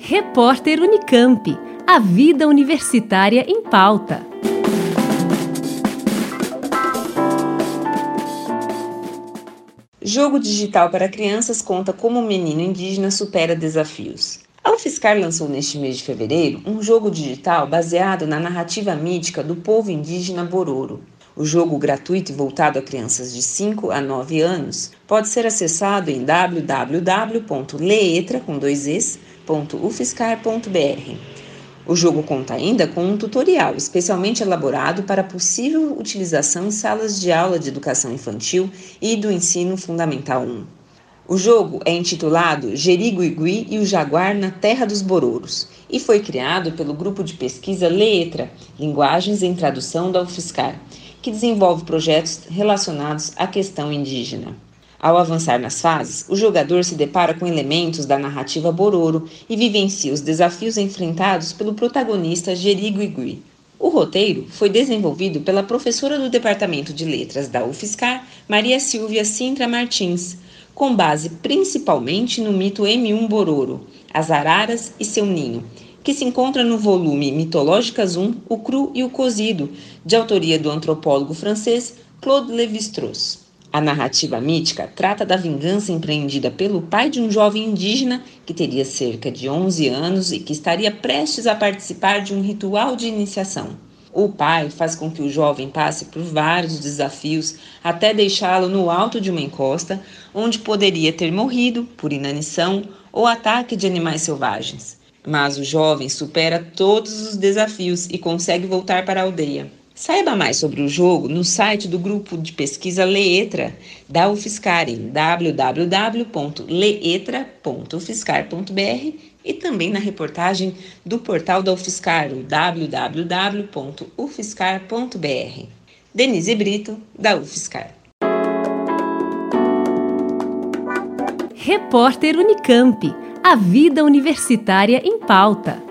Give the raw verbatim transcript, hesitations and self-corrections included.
Repórter Unicamp. A vida universitária em pauta. Jogo digital para crianças conta como um menino indígena supera desafios. A UFSCar lançou neste mês de fevereiro um jogo digital baseado na narrativa mítica do povo indígena Bororo. O jogo, gratuito e voltado a crianças de cinco a nove anos, pode ser acessado em w w w ponto leetra ponto u f s c a r ponto b r. O jogo conta ainda com um tutorial especialmente elaborado para possível utilização em salas de aula de educação infantil e do ensino fundamental um. O jogo é intitulado Jeriguigui e o Jaguar na Terra dos Bororos e foi criado pelo grupo de pesquisa Leetra, Linguagens em Tradução da UFSCar, que desenvolve projetos relacionados à questão indígena. Ao avançar nas fases, o jogador se depara com elementos da narrativa Bororo e vivencia os desafios enfrentados pelo protagonista Jeriguigui. O roteiro foi desenvolvido pela professora do Departamento de Letras da UFSCar, Maria Silvia Sintra Martins, com base principalmente no mito M um Bororo, as araras e seu ninho, que se encontra no volume Mitológicas um, O Cru e o Cozido, de autoria do antropólogo francês Claude Lévi-Strauss. A narrativa mítica trata da vingança empreendida pelo pai de um jovem indígena que teria cerca de onze anos e que estaria prestes a participar de um ritual de iniciação. O pai faz com que o jovem passe por vários desafios até deixá-lo no alto de uma encosta, onde poderia ter morrido por inanição ou ataque de animais selvagens. Mas o jovem supera todos os desafios e consegue voltar para a aldeia. Saiba mais sobre o jogo no site do grupo de pesquisa Leetra da UFSCar em w w w ponto leetra ponto u f s c a r ponto b r e também na reportagem do portal da UFSCar, o w w w ponto u f s c a r ponto b r. Denise Brito, da UFSCar. Repórter Unicamp. A vida universitária em pauta.